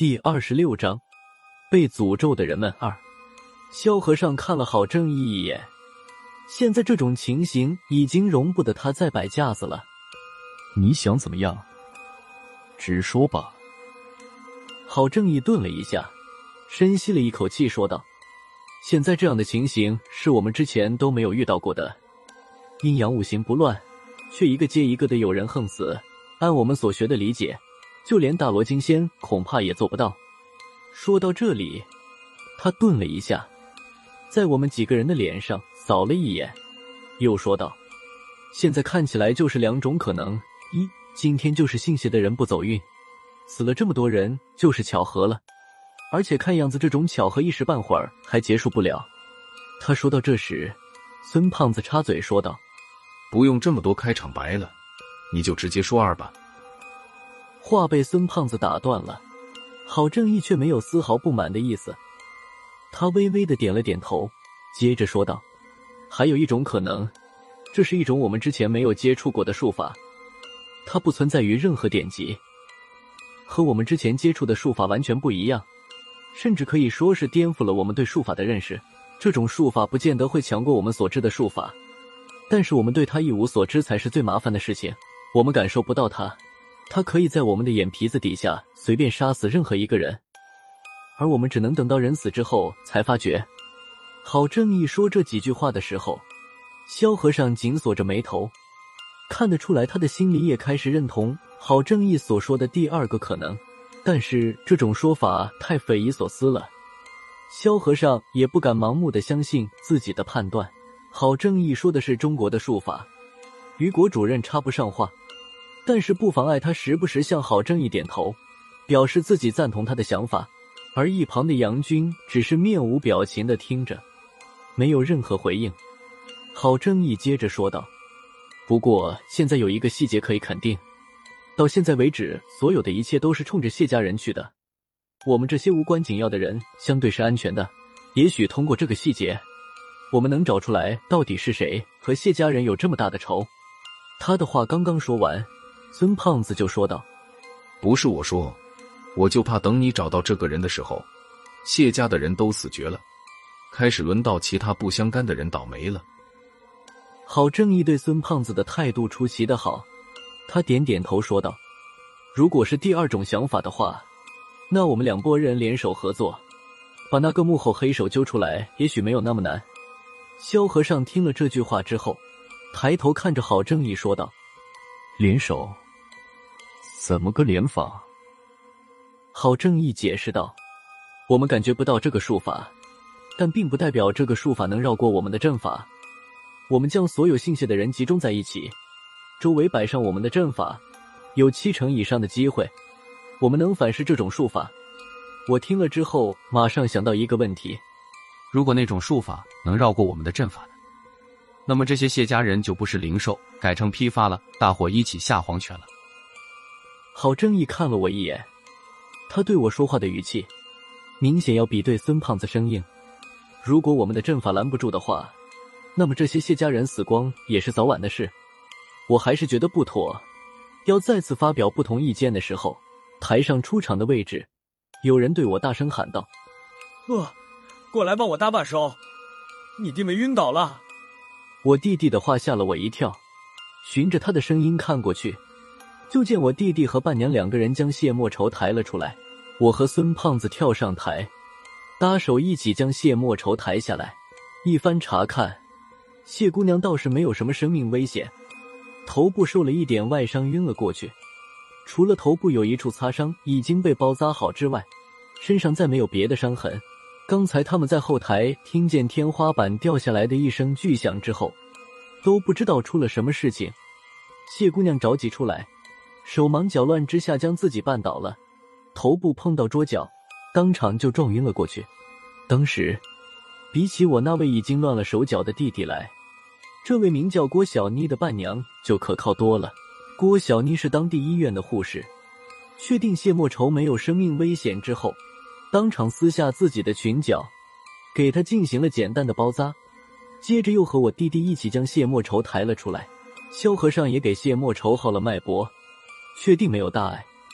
第26章被诅咒的人们2。萧和尚看了郝正义一眼，现在这种情形已经容不得他再摆架子了。 你想怎么样？直说吧。 郝正义顿了一下，深吸了一口气说道，现在这样的情形是我们之前都没有遇到过的，阴阳五行不乱，却一个接一个的有人横死，按我们所学的理解，就连大罗金仙恐怕也做不到。说到这里，他顿了一下，在我们几个人的脸上扫了一眼，又说道，现在看起来就是2种可能，一，今天就是信邪的人不走运，死了这么多人就是巧合了，而且看样子这种巧合一时半会儿还结束不了。他说到这时，孙胖子插嘴说道， 不用这么多开场白了，你就直接说2吧。 话被孙胖子打断了，郝正义却没有丝毫不满的意思，他微微的点了点头，接着说道，还有一种可能，这是一种我们之前没有接触过的术法，它不存在于任何典籍，和我们之前接触的术法完全不一样，甚至可以说是颠覆了我们对术法的认识。这种术法不见得会强过我们所知的术法，但是我们对它一无所知才是最麻烦的事情。我们感受不到它，它可以在我们的眼皮子底下随便杀死任何一个人，而我们只能等到人死之后才发觉。郝正义说这几句话的时候，萧和尚紧锁着眉头，看得出来他的心里也开始认同郝正义所说的第2个可能，但是这种说法太匪夷所思了，萧和尚也不敢盲目的相信自己的判断。郝正义说的是中国的术法，与国主任插不上话，但是不妨碍他时不时向郝正义点头，表示自己赞同他的想法，而一旁的杨军只是面无表情地听着，没有任何回应。郝正义接着说道，不过现在有一个细节可以肯定，到现在为止所有的一切都是冲着谢家人去的，我们这些无关紧要的人相对是安全的，也许通过这个细节，我们能找出来到底是谁和谢家人有这么大的仇。他的话刚刚说完，孙胖子就说道， 不是我说，我就怕等你找到这个人的时候，谢家的人都死绝了，开始轮到其他不相干的人倒霉了。 郝正义对孙胖子的态度出奇的好，他点点头说道，如果是第2种想法的话，那我们2拨人联手合作，把那个幕后黑手揪出来也许没有那么难。萧和尚听了这句话之后，抬头看着郝正义说道， 联手？怎么个联法？ 郝正义解释道，我们感觉不到这个术法，但并不代表这个术法能绕过我们的阵法。我们将所有信邪的人集中在一起，周围摆上我们的阵法，有70%以上的机会，我们能反噬这种术法。我听了之后马上想到一个问题， 如果那种术法能绕过我们的阵法呢？那么这些谢家人就不是灵兽，改成批发了，大伙一起下黄泉了。 郝正义看了我一眼，他对我说话的语气明显要比对孙胖子生硬。如果我们的阵法拦不住的话，那么这些谢家人死光也是早晚的事。我还是觉得不妥。要再次发表不同意见的时候，台上出场的位置，有人对我大声喊道， 过来帮我搭把手，你弟妹晕倒了。 我弟弟的话吓了我一跳，循着他的声音看过去，就见我弟弟和伴娘2个人将谢莫愁抬了出来，我和孙胖子跳上台，搭手一起将谢莫愁抬下来。一番查看，谢姑娘倒是没有什么生命危险，头部受了一点外伤晕了过去，除了头部有一处擦伤已经被包扎好之外，身上再没有别的伤痕。刚才他们在后台听见天花板掉下来的一声巨响之后，都不知道出了什么事情。谢姑娘着急出来，手忙脚乱之下将自己绊倒了，头部碰到桌角，当场就撞晕了过去。当时比起我那位已经乱了手脚的弟弟来，这位名叫郭小妮的伴娘就可靠多了。郭小妮是当地医院的护士，确定谢莫愁没有生命危险之后，当场撕下自己的裙角，给他进行了简单的包扎，接着又和我弟弟一起将谢莫愁抬了出来。萧和尚也给谢莫愁号了脉搏，确定没有大碍。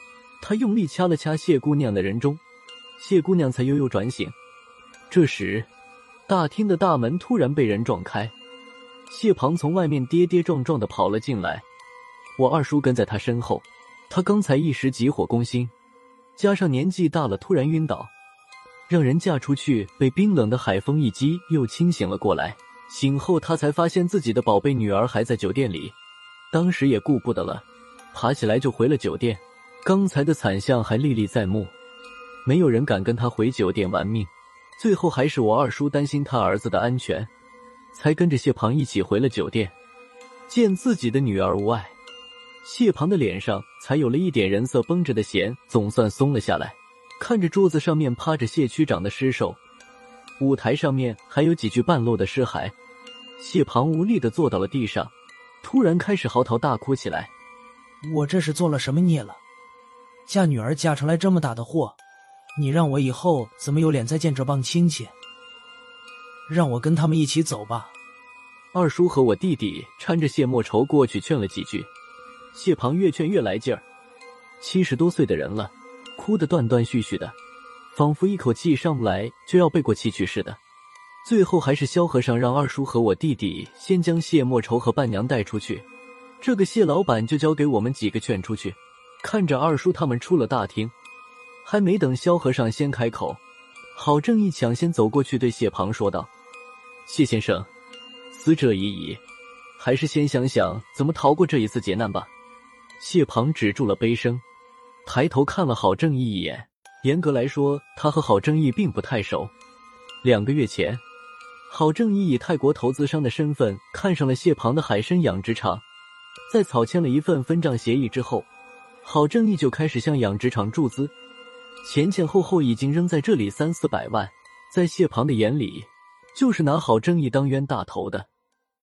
他用力掐了掐谢姑娘的人中，谢姑娘才悠悠转醒。这时大厅的大门突然被人撞开，谢庞从外面跌跌撞撞地跑了进来，我二叔跟在他身后。他刚才一时急火攻心，加上年纪大了突然晕倒，让人嫁出去被冰冷的海风一击又清醒了过来。醒后他才发现自己的宝贝女儿还在酒店里，当时也顾不得了，爬起来就回了酒店。刚才的惨象还历历在目，没有人敢跟他回酒店玩命。最后还是我二叔担心他儿子的安全，才跟着谢庞一起回了酒店。见自己的女儿无碍，谢庞的脸上才有了一点人色，绷着的弦总算松了下来。看着桌子上面趴着谢区长的尸首，舞台上面还有几具半露的尸骸，谢庞无力地坐到了地上，突然开始嚎啕大哭起来。 我这是做了什么孽了？嫁女儿嫁成来这么大的祸，你让我以后怎么有脸再见这帮亲戚？让我跟他们一起走吧。 二叔和我弟弟搀着谢莫愁过去劝了几句，谢庞越劝越来劲儿，70多岁的人了，哭得断断续续的，仿佛一口气上不来就要背过气去似的。最后还是萧和尚让二叔和我弟弟先将谢莫愁和伴娘带出去，这个谢老板就交给我们几个劝出去。看着二叔他们出了大厅，还没等萧和尚先开口，郝正义抢先走过去对谢庞说道：谢先生，死者已矣，还是先想想怎么逃过这一次劫难吧。谢庞止住了悲声，抬头看了郝正义一眼。严格来说，他和郝正义并不太熟。2个月前，郝正义以泰国投资商的身份看上了谢庞的海参养殖场，在草签了一份分账协议之后，郝正义就开始向养殖场注资，前前后后已经扔在这里300-400万，在谢庞的眼里，就是拿郝正义当冤大头的。